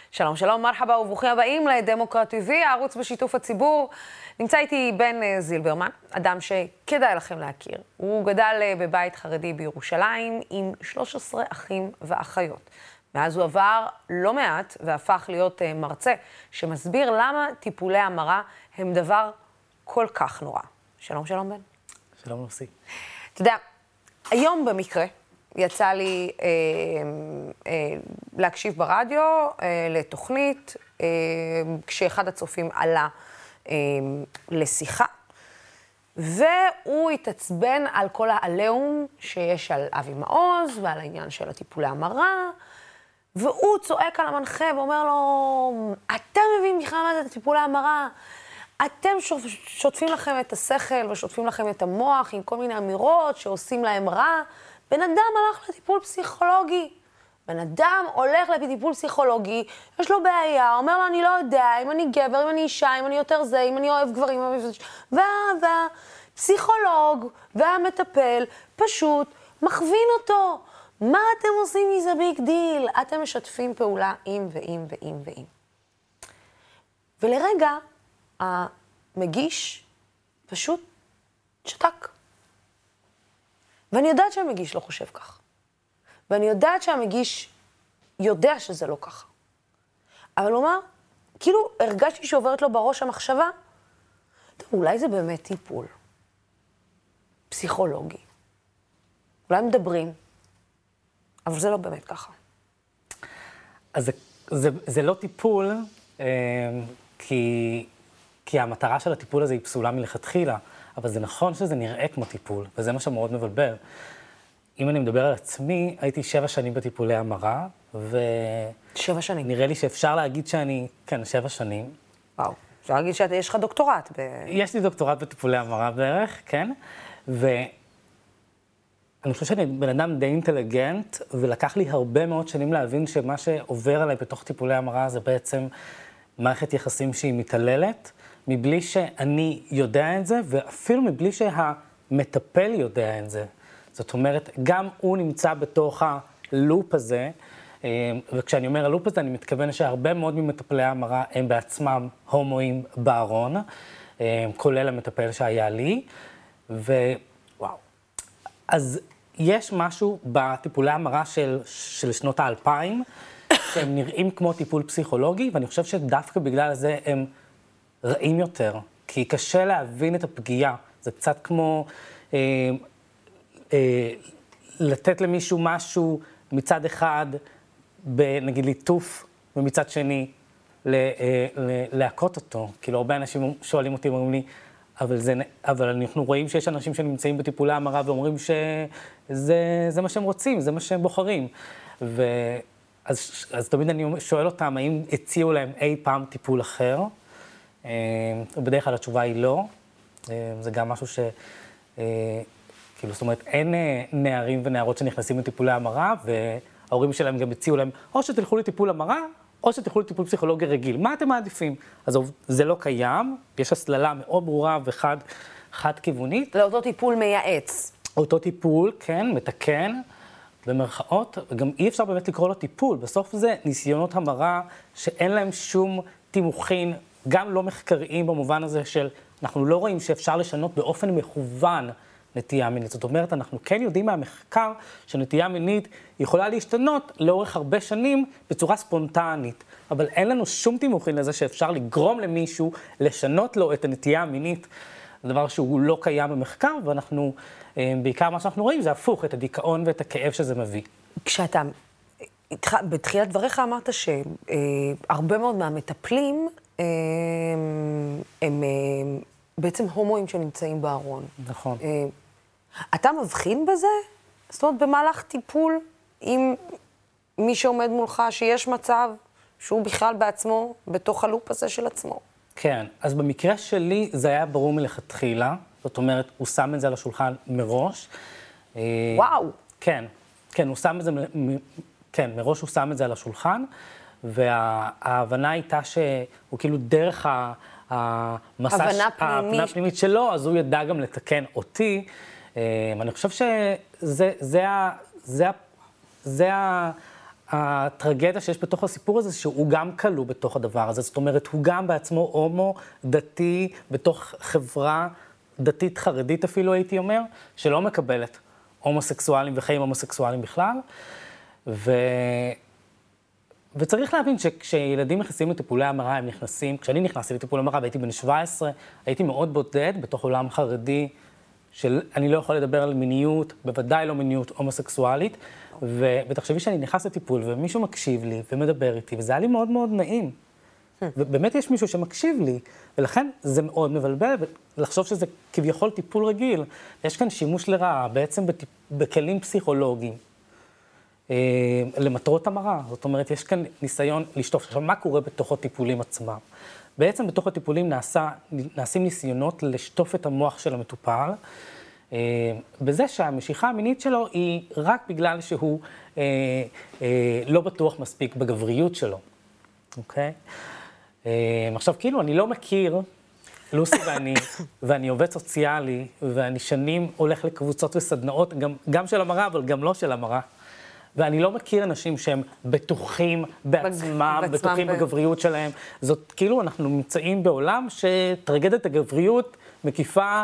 שלום, שלום, מרחבה וברוכים הבאים לדמוקרט TV, הערוץ בשיתוף הציבור. נמצא איתי בן זילברמן, אדם שכדאי לכם להכיר. הוא גדל בבית חרדי בירושלים עם 13 אחים ואחיות. מאז הוא עבר לא מעט והפך להיות מרצה שמסביר למה טיפולי המרה הם דבר כל כך נורא. שלום, שלום בן. שלום נוסי. אתה יודע, היום במקרה יצא לי להקשיב ברדיו לתוכנית, כשאחד הצופים עלה לשיחה, והוא התעצבן על כל העליהום שיש על אבי מעוז ועל העניין של הטיפולי המרה, והוא צועק על המנחה ואומר לו, אתה מבין בכלל מה זה טיפולי המרה? אתם שוטפים לכם את השכל ושוטפים לכם את המוח עם כל מיני אמירות שעושים להם רע. בן אדם הלך לטיפול פסיכולוגי. בן אדם הולך לטיפול פסיכולוגי, יש לו בעיה, אומר לו, אני לא יודע אם אני גבר, אם אני אישה, אם אני יותר זה, אם אני אוהב גברים, והפסיכולוג והמטפל פשוט מכווין אותו. מה אתם עושים מזה ביג דיל? אתם משתפים פעולה עם ועם ועם ועם. ולרגע, המגיש פשוט שתק. ואני יודעת שהמגיש לא חושב כך. ואני יודעת שהמגיש יודע שזה לא ככה. אבל הוא אמר, כאילו הרגשתי שעוברת לו בראש המחשבה, טוב, אולי זה באמת טיפול פסיכולוגי. אולי מדברים, אבל זה לא באמת ככה. אז זה לא טיפול, כי המטרה של הטיפול הזה היא פסולה מלכתחילה, אבל זה נכון שזה נראה כמו טיפול, וזה מה שמאוד מבלבל. אם אני מדבר על עצמי, הייתי 7 שנים בטיפולי המרה, 7 שנים? נראה לי שאפשר להגיד שאני, כן, 7 שנים. וואו, אפשר להגיד שיש לך דוקטורט. יש לי דוקטורט בטיפולי המרה בערך, כן, ואני חושב שאני בן אדם די אינטליגנט, ולקח לי הרבה מאוד שנים להבין שמה שעובר עליי בתוך טיפולי המרה זה בעצם מערכת יחסים שהיא מתעללת, מבלי שאני יודע את זה, ואפילו מבלי שהמטפל יודע את זה. זאת אומרת, גם הוא נמצא בתוך הלופ הזה, וכשאני אומר הלופ הזה, אני מתכוון שהרבה מאוד ממטפלי המרה הם בעצמם הומואים בארון, כולל המטפל שהיה לי, ווואו. אז יש משהו בטיפולי המרה של שנות ה-2000, שהם נראים כמו טיפול פסיכולוגי, ואני חושב שדווקא בגלל זה הם רעים יותר, כי קשה להבין את הפגיעה. זה קצת כמו לתת למישהו משהו מצד אחד, נגיד ליטוף, ומצד שני להכות אותו. כאילו הרבה אנשים שואלים אותי, אומרים לי, אבל אנחנו רואים שיש אנשים שנמצאים בטיפולי המרה ואומרים שזה מה שהם רוצים, זה מה שהם בוחרים. אז תמיד אני שואל אותם, האם הציעו להם אי פעם טיפול אחר? בדרך כלל התשובה היא לא. זה גם משהו כאילו, זאת אומרת, אין נערים ונערות שנכנסים לטיפולי המרה, וההורים שלהם גם הציעו להם, או שתלכו לטיפול המרה, או שתלכו לטיפול פסיכולוגי רגיל. מה אתם מעדיפים? אז זה לא קיים, יש הסללה מאוד ברורה וחד כיוונית. זה אותו טיפול מייעץ. אותו טיפול, כן, מתקן, במרכאות, וגם אי אפשר באמת לקרוא לו טיפול. בסוף זה ניסיונות המרה שאין להם שום תימוכין, גם לא מחקריים במובן הזה של, אנחנו לא רואים שאפשר לשנות באופן מכוון נטייה מינית. זאת אומרת, אנחנו כן יודעים מהמחקר שנטייה מינית יכולה להשתנות לאורך הרבה שנים בצורה ספונטנית, אבל אין לנו שום תימוכין לזה שאפשר לגרום למישהו לשנות לו את הנטייה המינית, זה דבר שהוא לא קיים במחקר, ואנחנו, בעיקר מה שאנחנו רואים זה הפוך, את הדיכאון ואת הכאב שזה מביא. כשאתה, בתחילת דבריך אמרת שהרבה מאוד מהמטפלים הם בעצם הומואים שנמצאים בארון. נכון. אתה מבחין בזה? זאת אומרת, במהלך טיפול עם מי שעומד מולך, שיש מצב שהוא בכלל בעצמו, בתוך הלופ הזה של עצמו? כן, אז במקרה שלי זה היה ברור מלכתחילה, זאת אומרת, הוא שם את זה על השולחן מראש. וואו. כן, הוא שם את זה, כן, מראש הוא שם את זה על השולחן, וההבנה הייתה שהוא כאילו דרך המסע, ההבנה הפנימית שלו, אז הוא ידע גם לתקן אותי. אני חושב שזה הטרגדיה שיש בתוך הסיפור הזה, שהוא גם כלוא בתוך הדבר הזה. זאת אומרת, הוא גם בעצמו הומו דתי, בתוך חברה דתית חרדית אפילו, הייתי אומר, שלא מקבלת הומוסקסואלים וחיים הומוסקסואלים בכלל. וצריך להבין שכשילדים נכנסים לטיפולי המרה, הם נכנסים, כשאני נכנסתי לטיפולי המרה והייתי בן 17, הייתי מאוד בודד בתוך עולם חרדי, שאני לא יכול לדבר על מיניות, בוודאי לא מיניות הומוסקסואלית, ותחשבי שאני נכנס לטיפול ומישהו מקשיב לי ומדבר איתי, וזה היה לי מאוד מאוד נעים. ובאמת יש מישהו שמקשיב לי, ולכן זה מאוד מבלבל, לחשוב שזה כביכול טיפול רגיל. יש כאן שימוש לרעה, בעצם בכלים פסיכולוגיים, למטרות המרה. זאת אומרת, יש כאן ניסיון לשטוף. עכשיו, מה קורה בתוך הטיפולים עצמם? בעצם בתוך הטיפולים נעשים ניסיונות לשטוף את המוח של המטופל, בזה שהמשיכה המינית שלו היא רק בגלל שהוא לא בטוח מספיק בגבריות שלו. אוקיי? עכשיו, כאילו, אני לא מכיר, לוסי ואני עובד סוציאלי, ואני שנים הולך לקבוצות וסדנאות, גם של המרה, אבל גם לא של המרה. ואני לא מכיר אנשים שהם בטוחים בעצמם, בטוחים בגבריות שלהם. זאת כאילו, אנחנו נמצאים בעולם שטרגדיית הגבריות מקיפה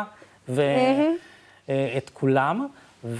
את כולם,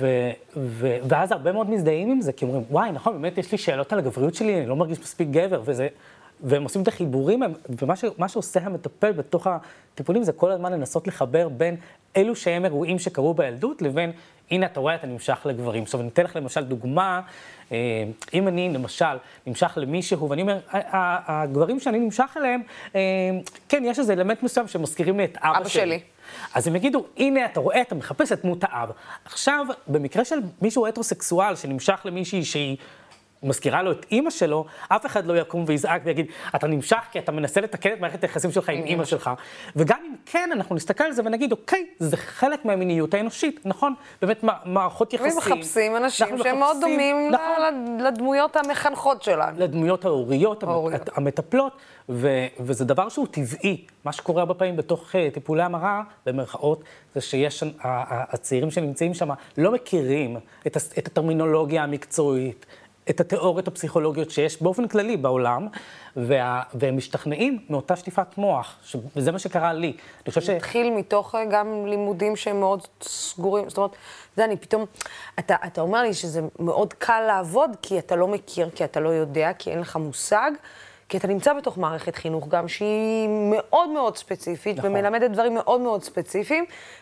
ואז הרבה מאוד מזדהים עם זה, כי אומרים, וואי, נכון, באמת יש לי שאלות על הגבריות שלי, אני לא מרגיש מספיק גבר, והם עושים את החיבורים, ומה שעושה המטפל בתוך הטיפולים זה כל הזמן לנסות לחבר בין אלו שהם אירועים שקרו בילדות, לבין, הנה, אתה רואה, אתה נמשך לגברים. עכשיו, אני אתן לך למשל דוגמה, אם אני למשל נמשך למישהו, ואני אומר, הגברים שאני נמשך אליהם, כן, יש איזה אלמנט מסוים שמזכירים לי את אבא שלי. אז הם יגידו, הנה, אתה רואה, אתה מחפש את דמות האב. עכשיו, במקרה של מישהו הטרוסקסואל שנמשך למישהי שהיא מזכירה לו את אימא שלו, אף אחד לא יקום ויזעק ויגיד, אתה נמשך כי אתה מנסה לתקן את מערכת היחסים שלך עם אימא שלך. וגם אם כן, אנחנו נסתכל על זה ונגיד, אוקיי, זה חלק מהמיניות האנושית, נכון? באמת מערכות יחסים. ומחפשים אנשים שהם מאוד דומים לדמויות המחנכות שלנו. לדמויות ההוריות, המטפלות, וזה דבר שהוא טבעי. מה שקורה הרבה פעמים בתוך טיפולי המרה, במרכאות, זה שיש, הצעירים שנמצאים שם לא מכירים את הטרמינולוגיה המקצועית, את התיאוריות הפסיכולוגיות שיש באופן כללי בעולם, והם משתכנעים מאותה שטיפת מוח, וזה מה שקרה לי. אני חושב התחיל מתוך גם לימודים שהם מאוד סגורים, זאת אומרת, זה אני פתאום, אתה אומר לי שזה מאוד קל לעבוד, כי אתה לא מכיר, כי אתה לא יודע, כי אין לך מושג, כי אתה נמצא בתוך מערכת חינוך גם שהיא מאוד מאוד ספציפית, נכון. ומלמדת דברים מאוד מאוד ספציפיים,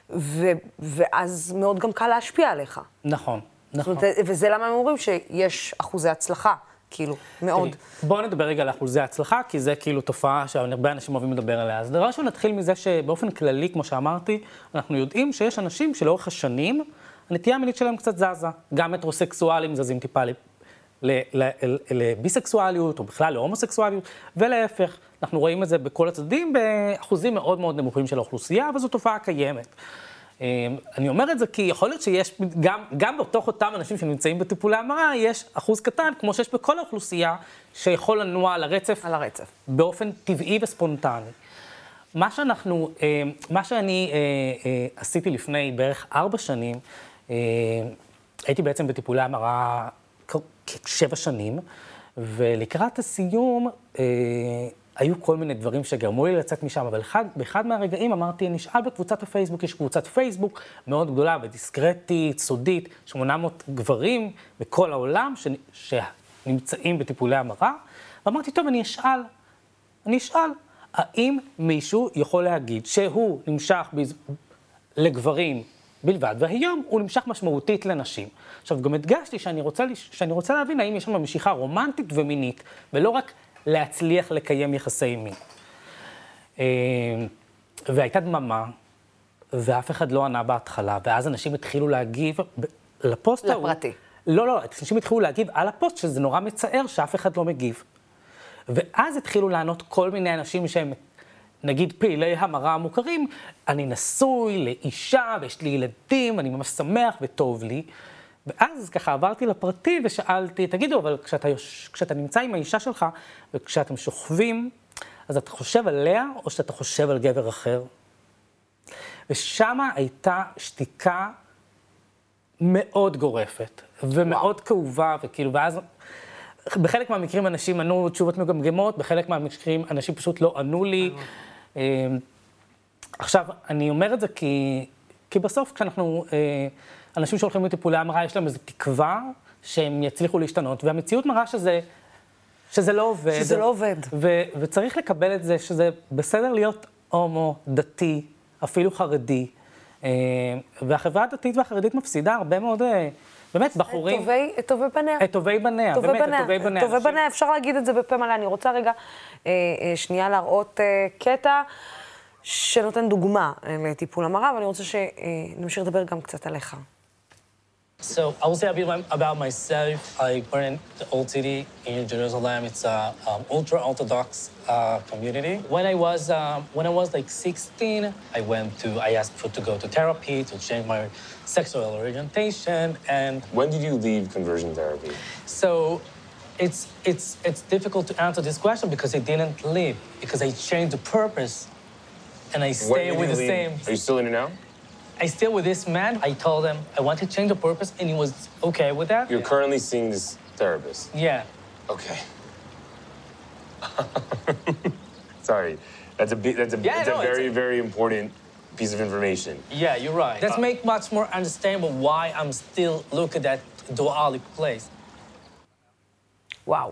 ואז מאוד גם קל להשפיע עליך. נכון. נכון. וזה למה הם אומרים שיש אחוזי הצלחה, כאילו, מאוד. בואו נדבר רגע על אחוזי הצלחה, כי זה כאילו תופעה שהרבה אנשים אוהבים לדבר עליה. אז דבר ראשון, נתחיל מזה שבאופן כללי, כמו שאמרתי, אנחנו יודעים שיש אנשים שלאורך השנים, הנטייה המינית שלהם קצת זזה. גם הטרוסקסואלים זזים טיפה לביסקסואליות, או בכלל להומוסקסואליות, ולהפך. אנחנו רואים את זה בכל הצדדים, באחוזים מאוד מאוד נמוכים של האוכלוסייה, וזו תופעה קיימת. אני אומר את זה כי יכול להיות שיש, גם בתוך אותם אנשים שנמצאים בטיפולי המרה, יש אחוז קטן, כמו שיש בכל האוכלוסייה, שיכול לנוע על הרצף. באופן טבעי וספונטני. מה שאני עשיתי לפני בערך 4 שנים, הייתי בעצם בטיפולי המרה כ7 שנים, ולקראת הסיום, היו כל מיני דברים שגרמו לי לצאת משם, אבל באחד מהרגעים אמרתי, נשאל בקבוצת הפייסבוק, יש קבוצת פייסבוק מאוד גדולה ודיסקרטית, סודית, 800 גברים בכל העולם שנמצאים בטיפולי המרה, ואמרתי, טוב, אני אשאל, האם מישהו יכול להגיד שהוא נמשך לגברים בלבד, והיום הוא נמשך משמעותית לנשים. עכשיו, גם הדגשתי שאני רוצה להבין האם יש שם משיכה רומנטית ומינית, ולא רק להצליח לקיים יחסי מין. והייתה דממה, ואף אחד לא ענה בהתחלה, ואז אנשים התחילו להגיב לפוסט ההוא. לפרטי. לא, אנשים התחילו להגיב על הפוסט, שזה נורא מצער שאף אחד לא מגיב. ואז התחילו לענות כל מיני אנשים שהם, נגיד, פעילי המרה המוכרים, אני נשוי לאישה, ויש לי ילדים, אני ממש שמח וטוב לי. ואז ככה עברתי לפרטי ושאלתי, תגידו, אבל כשאתה נמצא עם האישה שלך, וכשאתם שוכבים, אז אתה חושב עליה, או שאתה חושב על גבר אחר? ושמה הייתה שתיקה מאוד גורפת, ומאוד כאובה, וכאילו, בחלק מהמקרים אנשים ענו תשובות מגמגמות, בחלק מהמקרים אנשים פשוט לא ענו לי. עכשיו, אני אומר את זה כי בסוף כשאנחנו, אנשים שהולכים לטיפולי המרה, יש להם איזו תקווה שהם יצליחו להשתנות, והמציאות מראה שזה לא עובד. שזה לא עובד. וצריך לקבל את זה שזה בסדר להיות הומו, דתי, אפילו חרדי. והחברה הדתית והחרדית מפסידה הרבה מאוד, באמת, בחורים... את טובי בניה. את טובי בניה, באמת, את טובי בניה. טובי בניה, אפשר להגיד את זה בפה מלא. אני רוצה רגע שנייה להראות קטע שנותן דוגמה לטיפול המרה, ואני רוצה שנמשיך לדבר גם קצת עליך. So I will say a bit about myself. I born in the Old City in Jerusalem. It's a ultra-Orthodox community. When I was like 16, I asked to go to therapy to change my sexual orientation. And when did you leave conversion therapy? so it's difficult to answer this question because I didn't leave because I changed the purpose and I stay with the same. Are you still in it now? I still with this man. I told him I want to change the purpose, and he was okay with that. You're currently seeing this therapist? Yeah. Okay. Sorry. That's a very important piece of information. Yeah, you're right. That's make much more understandable why I'm still looking at dualistic place. וואו.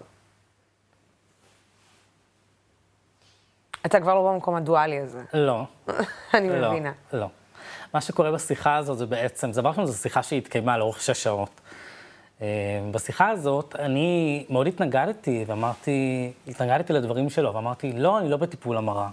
אתה כבר לא במקום הדואלי הזה. לא. אני מבינה. לא. מה שקורה בשיחה הזאת זה בעצם, זה דבר ראשון, זו שיחה שהתקיימה לאורך 6 שעות. בשיחה הזאת אני מאוד התנגדתי לדברים שלו, ואמרתי, לא, אני לא בטיפול המרה.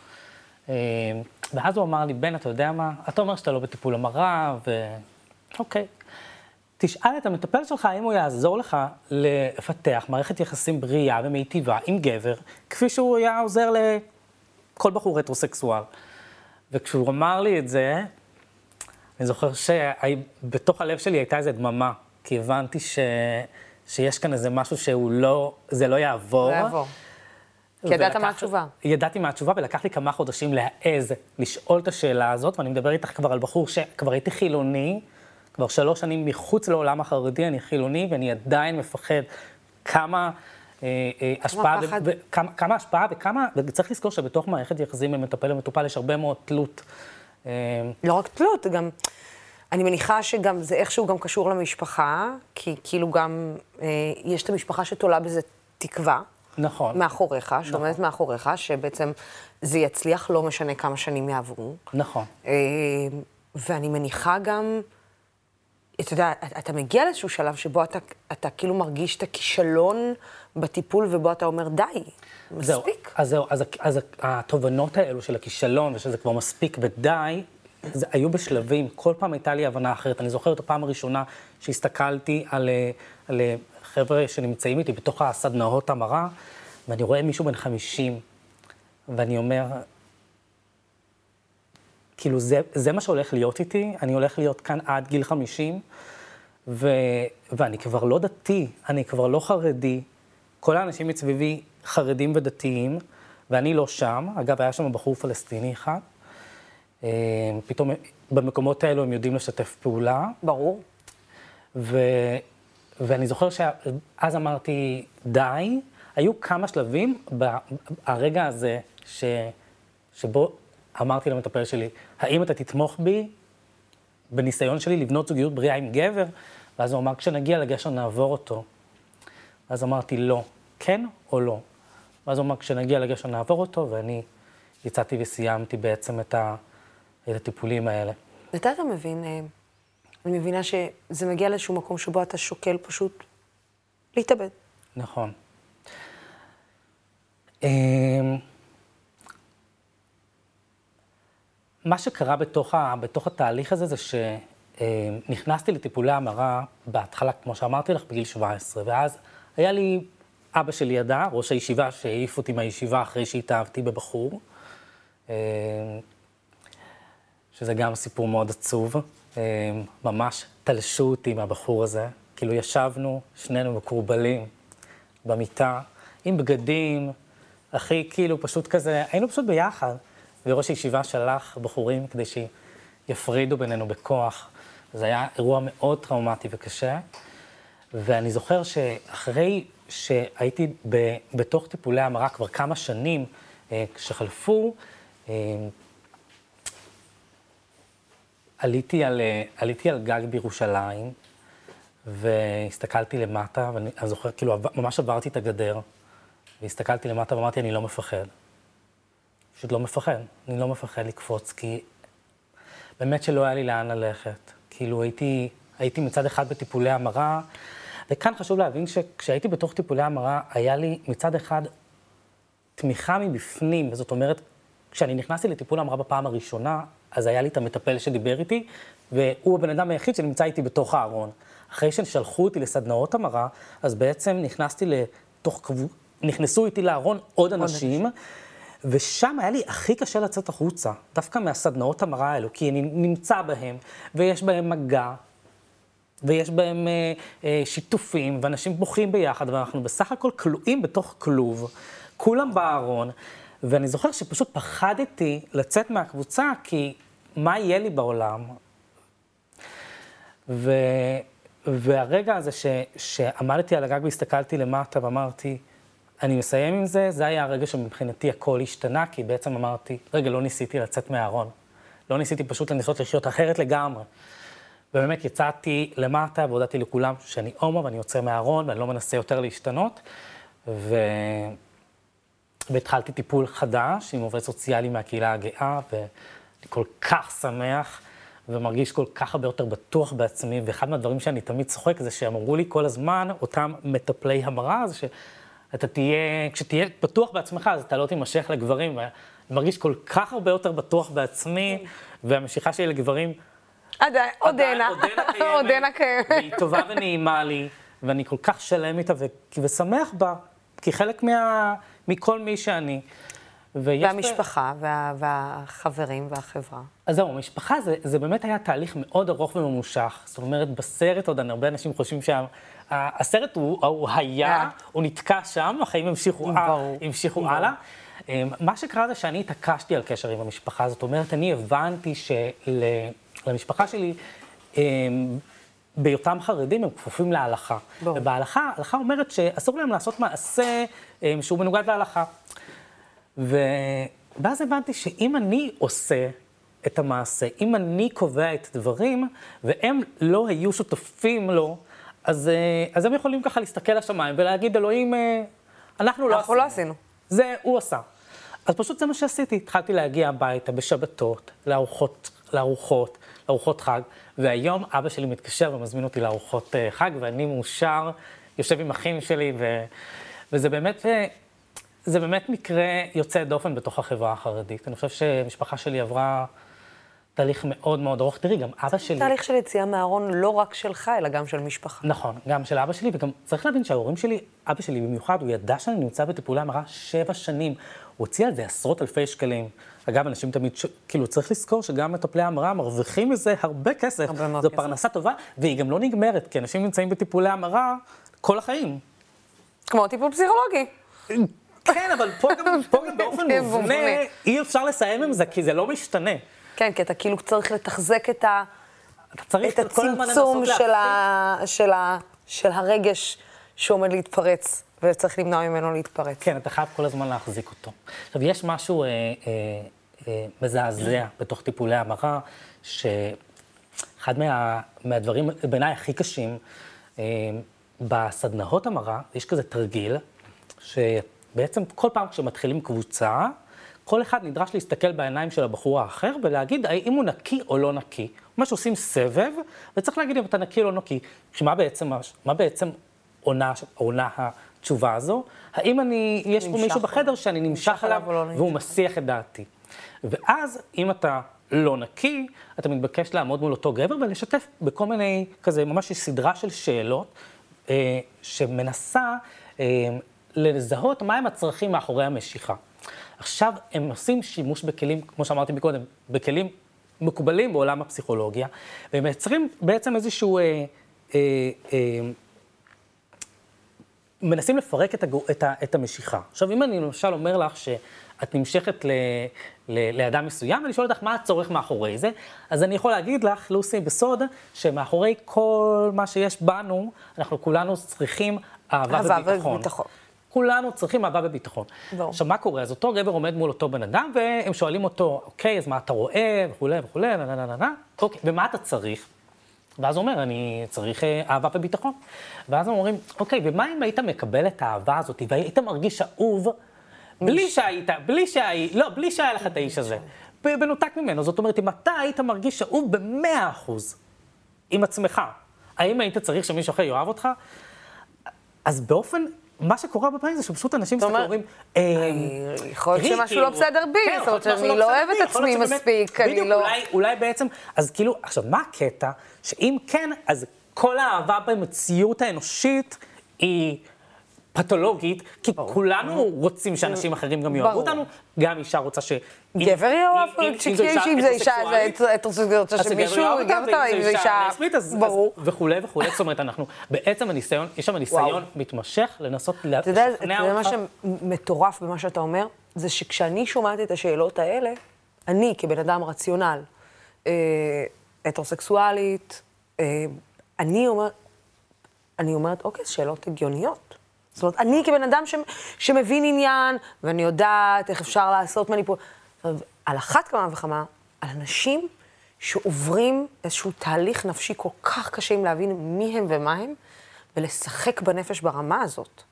ואז הוא אמר לי, בן, אתה יודע מה? אתה אומר שאתה לא בטיפול המרה, אוקיי. תשאל את המטפל שלך האם הוא יעזור לך לפתח מערכת יחסים בריאה ומיטיבה עם גבר, כפי שהוא היה עוזר לכל בחור הטרוסקסואל. וכשהוא אמר לי את זה, אני זוכר שבתוך הלב שלי הייתה איזו דממה, כי הבנתי שיש כאן איזה משהו זה לא יעבור. לא יעבור. כי ידעת מה התשובה. ידעתי מה התשובה, ולקח לי כמה חודשים להעז לשאול את השאלה הזאת, ואני מדבר איתך כבר על בחור שכבר הייתי חילוני, כבר 3 שנים מחוץ לעולם החרדי, אני חילוני, ואני עדיין מפחד כמה השפעה וכמה, וצריך לזכור שבתוך מערכת יחסים ממטפל למטופל יש הרבה מאוד תלות. לא רק תלות, גם, אני מניחה שגם זה איכשהו גם קשור למשפחה, כי כאילו גם יש את המשפחה שתולה בזה תקווה. נכון. מאחוריך, שעומדת מאחוריך, שבעצם זה יצליח, לא משנה כמה שנים יעברו. נכון. ואני מניחה גם, אתה יודע, אתה מגיע לאיזשהו שלב שבו אתה כאילו מרגיש את הכישלון בטיפול, ובו אתה אומר, די, מספיק. אז התובנות האלו של הכישלון, ושזה כבר מספיק ודי, זה היו בשלבים. כל פעם הייתה לי הבנה אחרת. אני זוכר את הפעם הראשונה שהסתכלתי על חבר'ה שנמצאים איתי בתוך הסדנאות המרה, ואני רואה מישהו בן 50, ואני אומר, כאילו, זה מה שהולך להיות איתי, אני הולך להיות כאן עד גיל 50, ואני כבר לא דתי, אני כבר לא חרדי, כל האנשים מסביבי חרדים ודתיים, ואני לא שם. אגב, היה שם בחור פלסטיני אחד, פתאום במקומות האלו הם יודעים לשתף פעולה. ברור. ואני זוכר שאז אמרתי, די, היו כמה שלבים ברגע הזה שבו אמרתי למטפל שלי, האם אתה תתמוך בי בניסיון שלי לבנות זוגיות בריאה עם גבר? ואז הוא אמר, כשנגיע לגשר נעבור אותו. ואז אמרתי, לא, כן או לא? ואז הוא אמר, כשנגיע לגשר נעבור אותו, ואני יצאתי וסיימתי בעצם את הטיפולים האלה. מתי אתה מבין, אני מבינה שזה מגיע לאיזשהו מקום שבו אתה שוקל פשוט להתאבד. נכון. מה שקרה בתוך התהליך הזה זה שנכנסתי לטיפולי המרה בהתחלה, כמו שאמרתי לך, בגיל 17, ואז היה לי אבא שלי ידע, ראש הישיבה שהעיף אותי מהישיבה אחרי שהתאהבתי בבחור, שזה גם סיפור מאוד עצוב, ממש תלשו אותי מהבחור הזה, כאילו ישבנו שנינו מקורבלים במיטה, עם בגדים, הכי כאילו פשוט כזה, היינו פשוט ביחד. וראש הישיבה שלח בחורים כדי שיפרידו בינינו בכוח. זה היה אירוע מאוד טראומטי וקשה. ואני זוכר שאחרי שהייתי בתוך טיפולי המרה כבר כמה שנים כשחלפו, עליתי על גג בירושלים, והסתכלתי למטה, ואני זוכר, כאילו, ממש עברתי את הגדר, והסתכלתי למטה ואמרתי, אני לא מפחד. פשוט לא מפחד. אני לא מפחד לקפוץ, כי באמת שלא היה לי לאן ללכת. כאילו, הייתי מצד אחד בטיפולי המרה, וכאן חשוב להבין שכשהייתי בתוך טיפולי המרה, היה לי מצד אחד תמיכה מבפנים, וזאת אומרת, כשאני נכנסתי לטיפול המרה בפעם הראשונה, אז היה לי את המטפל שדיבר איתי, והוא הבן אדם היחיד שנמצא איתי בתוך הארון. אחרי ששלחו אותי לסדנאות המרה, אז בעצם נכנסו איתי לארון עוד אנשים, ושם היה לי הכי קשה לצאת החוצה, דווקא מהסדנאות המרה האלו, כי אני נמצא בהם, ויש בהם מגע, ויש בהם שיתופים, ואנשים בוכים ביחד, ואנחנו בסך הכל כלואים בתוך כלוב, כולם בארון, ואני זוכר שפשוט פחדתי לצאת מהקבוצה, כי מה יהיה לי בעולם? והרגע הזה שעמדתי על הגג והסתכלתי למטה ואמרתי, אני מסיים עם זה, זה היה הרגע שמבחינתי הכל השתנה, כי בעצם אמרתי, רגע, לא ניסיתי לצאת מהארון. לא ניסיתי פשוט לנסות לחיות אחרת לגמרי. ובאמת יצאתי למטה והודעתי לכולם שאני הומו ואני יוצא מהארון ואני לא מנסה יותר להשתנות. והתחלתי טיפול חדש עם עובד סוציאלי מהקהילה הגאה, ואני כל כך שמח ומרגיש כל כך הרבה יותר בטוח בעצמי, ואחד מהדברים שאני תמיד צוחק זה שהם אמרו לי כל הזמן, אותם מטפלי המרה, זה שאתה כשתהיה בטוח בעצמך, אז אתה לא תימשך לגברים, ואני מרגיש כל כך הרבה יותר בטוח בעצמי, והמשיכה שלי לגברים עודנה קיימת. והיא טובה ונעימה לי, ואני כל כך שלם איתה ושמח בה, כי חלק מכל מי שאני. והמשפחה, והחברים והחברה. אז זהו, המשפחה זה באמת היה תהליך מאוד ארוך וממושך. זאת אומרת, בסרט עוד הרבה אנשים חושבים שהסרט הוא היה, הוא נתקע שם, החיים המשיכו הלאה. מה שקרה זה שאני התעקשתי על קשר עם המשפחה, זאת אומרת, אני הבנתי שלמשפחה שלי, בהיותם חרדים הם כפופים להלכה. ובהלכה, ההלכה אומרת שאסור להם לעשות מעשה שהוא מנוגד להלכה. ואז הבנתי שאם אני עושה את המעשה, אם אני קובע את הדברים, והם לא היו שותפים לו, אז הם יכולים ככה להסתכל לשמיים ולהגיד, אלוהים, אנחנו לא עשינו. זה הוא עשה. אז פשוט זה מה שעשיתי. התחלתי להגיע הביתה בשבתות, לארוחות חג, והיום אבא שלי מתקשר ומזמין אותי לארוחות חג, ואני מאושר, יושב עם אחים שלי, וזה באמת מקרה יוצא דופן בתוך החברה החרדית. אני חושב שהמשפחה שלי עברה תהליך מאוד מאוד ארוך. תראי, גם אבא שלי... תהליך של יציאה מהארון לא רק שלך, אלא גם של משפחה. נכון, גם של אבא שלי, וגם צריך להבין שההורים שלי, אבא שלי במיוחד, הוא ידע שאני נמצא בטיפולי המרה 7 שנים. הוא הוציא על זה עשרות אלפי שקלים. אגב, אנשים תמיד, כאילו, צריך לזכור שגם מטפלי המרה מרוויחים מזה הרבה כסף. זו פרנסה טובה, והיא גם לא נגמרת, כי אנשים נמצאים בטיפולי המרה כל החיים. כמו טיפול פסיכולוגי. כן, אבל פה גם באופן מובנה, אי אפשר לסיים עם זה, כי זה לא משתנה. כן, כי אתה כאילו צריך לתחזק את הצמצום של הרגש שעומד להתפרץ, וצריך למנוע ממנו להתפרץ. כן, אתה חייב כל הזמן להחזיק אותו. עכשיו, יש משהו מזעזע בתוך טיפולי המרה, שאחד מהדברים בעיניי הכי קשים, בסדנאות המרה, יש כזה תרגיל, שבעצם כל פעם כשמתחילים קבוצה, כל אחד נדרש להסתכל בעיניים של הבחור האחר ולהגיד האם הוא נקי או לא נקי. מה שעושים סבב, וצריך להגיד אם אתה נקי או לא נקי. מה בעצם עונה התשובה הזו? האם יש פה מישהו בחדר שאני נמשך עליו והוא מסיח את דעתי. ואז אם אתה לא נקי, אתה מתבקש לעמוד מול אותו גבר ולשתף בכל מיני, כזה, ממש סדרה של שאלות, שמנסה לזהות מהם הצרכים מאחורי המשיכה. עכשיו הם עושים שימוש בכלים, כמו שאמרתי מקודם, בכלים מקובלים בעולם הפסיכולוגיה, והם מייצרים בעצם איזשהו, מנסים לפרק את המשיכה. עכשיו, אם אני למשל אומר לך שאת נמשכת לאדם מסוים, ואני שואל אותך מה הצורך מאחורי זה, אז אני יכול להגיד לך, לוסי, בסוד, שמאחורי כל מה שיש בנו, אנחנו כולנו צריכים אהבה וביטחון. כולנו צריכים אהבה וביטחון. עכשיו, מה קורה? אז אותו גבר עומד מול אותו בן אדם, והם שואלים אותו, אוקיי, אז מה אתה רואה, וכולי וכולי, אוקיי, ומה אתה צריך? ואז הוא אומר, אני צריך אהבה וביטחון. ואז הם אומרים, אוקיי, ומה אם היית מקבל את האהבה הזאת, והיית מרגיש אהוב, בלי שהיה לך את האיש הזה, בנותק ממנו. זאת אומרת, אם אתה היית מרגיש אהוב ב100% עם עצמך, האם היית צריך שמישהו אחר יאהב אותך? אז באופן, מה שקורה בפעמים זה שפשוט אנשים אומרים, יכול להיות שמשהו לא בסדר בי, זאת אומרת שאני לא אוהב את עצמי מספיק, אני לא... אולי בעצם, אז כאילו, עכשיו, מה הקטע? שאם כן, אז כל האהבה במציאות האנושית היא פתולוגית, כי כולנו רוצים שאנשים אחרים גם יאהבו אותנו, גם אישה רוצה ש... גבר יאהב, אם זה אישה, את רוצה שמישהו יאהב אותה, אם זה אישה, ברור. וכולי וכולי, זאת אומרת, אנחנו, בעצם הניסיון, יש שם ניסיון מתמשך לנסות לשכנע אותך. אתה יודע, מה שמטורף במה שאתה אומר, זה שכשאני שומעת את השאלות האלה, אני כבן אדם רציונל, הטרוסקסואלית, אני אומרת, אוקיי, שאלות הגיוניות. זאת אומרת, אני כבן אדם שמבין עניין, ואני יודעת איך אפשר לעשות מניפולציה. על אחת כמה וכמה, על אנשים שעוברים איזשהו תהליך נפשי כל כך קשה עם להבין מי הם ומה הם, ולשחק בנפש ברמה הזאת.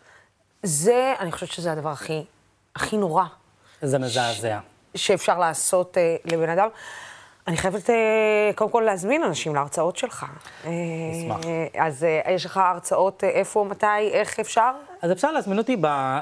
זה, אני חושבת שזה הדבר הכי נורא. זה מזעזע. שאפשר לעשות לבן אדם. אני חייבת קודם כל להזמין אנשים להרצאות שלך. נשמח. אז יש לך הרצאות איפה, מתי, איך אפשר? אז אפשר להזמין אותי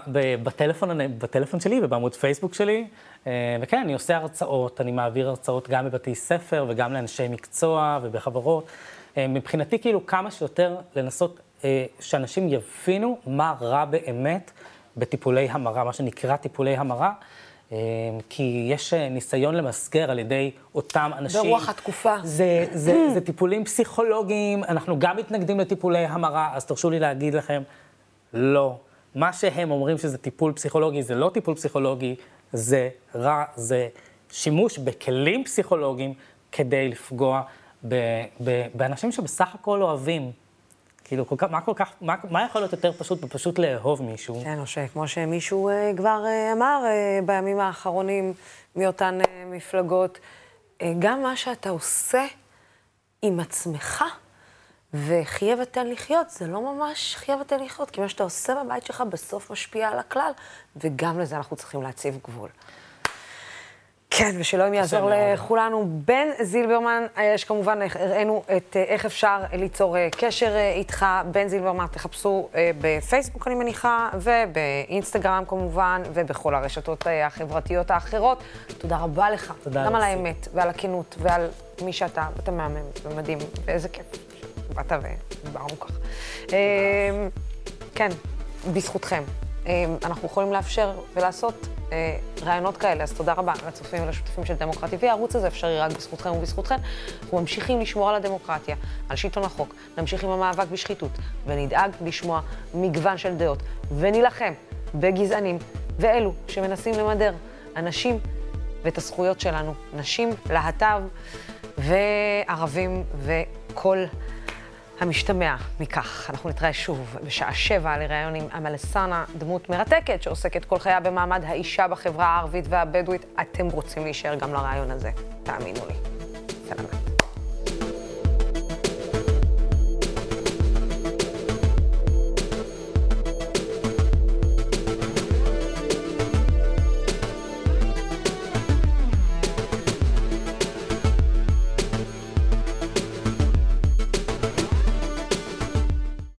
בטלפון שלי ובעמוד פייסבוק שלי. וכן, אני עושה הרצאות, אני מעביר הרצאות גם בבתי ספר וגם לאנשי מקצוע ובחברות. מבחינתי כאילו כמה שיותר לנסות שאנשים יבינו מה רע באמת בטיפולי המרה, מה שנקרא טיפולי המרה. כי יש ניסיון למסגר על ידי אותם אנשים. ברוח התקופה. זה טיפולים פסיכולוגיים, אנחנו גם מתנגדים לטיפולי המרה, אז תרשו לי להגיד לכם, לא. מה שהם אומרים שזה טיפול פסיכולוגי, זה לא טיפול פסיכולוגי, זה רע, זה שימוש בכלים פסיכולוגיים כדי לפגוע באנשים שבסך הכל אוהבים. כאילו, מה יכול להיות יותר פשוט בפשוט לאהוב מישהו? כן, או שכמו שמישהו כבר אמר בימים האחרונים מאותן מפלגות, גם מה שאתה עושה עם עצמך וחיה ותן לחיות, זה לא ממש חיה ותן לחיות, כי מה שאתה עושה בבית שלך בסוף משפיע על הכלל, וגם לזה אנחנו צריכים להציב גבול. כן, ושלום יעזור לכולנו. בן זילברמן, יש כמובן, הראינו את איך אפשר ליצור קשר איתך. בן זילברמן, תחפשו בפייסבוק, אני מניחה, ובאינסטגרם כמובן, ובכל הרשתות החברתיות האחרות. תודה רבה לך. תודה. גם על האמת, ועל הכנות, ועל מי שאתה, ואתה מהמם, ומדהים, ואיזה כיף. באת ודיברנו כך. כן, בזכותכם. אנחנו יכולים לאפשר ולעשות רעיונות כאלה, אז תודה רבה לצופים ולשותפים של דמוקרט TV. הערוץ הזה אפשרי רק בזכותכם ובזכותכם. אנחנו ממשיכים לשמור על הדמוקרטיה, על שלטון החוק, נמשיך עם המאבק בשחיתות, ונדאג לשמוע מגוון של דעות, ונילחם בגזענים, ואלו שמנסים למדר אנשים ואת הזכויות שלנו, נשים, להט"ב וערבים וכל המשתמע מכך. אנחנו נתראה שוב בשעה 7 לראיון עם אמל אלסאנע, דמות מרתקת שעוסקת כל חייה במעמד האישה בחברה הערבית והבדואית. אתם רוצים להישאר גם לראיון הזה, תאמינו לי. סלאם.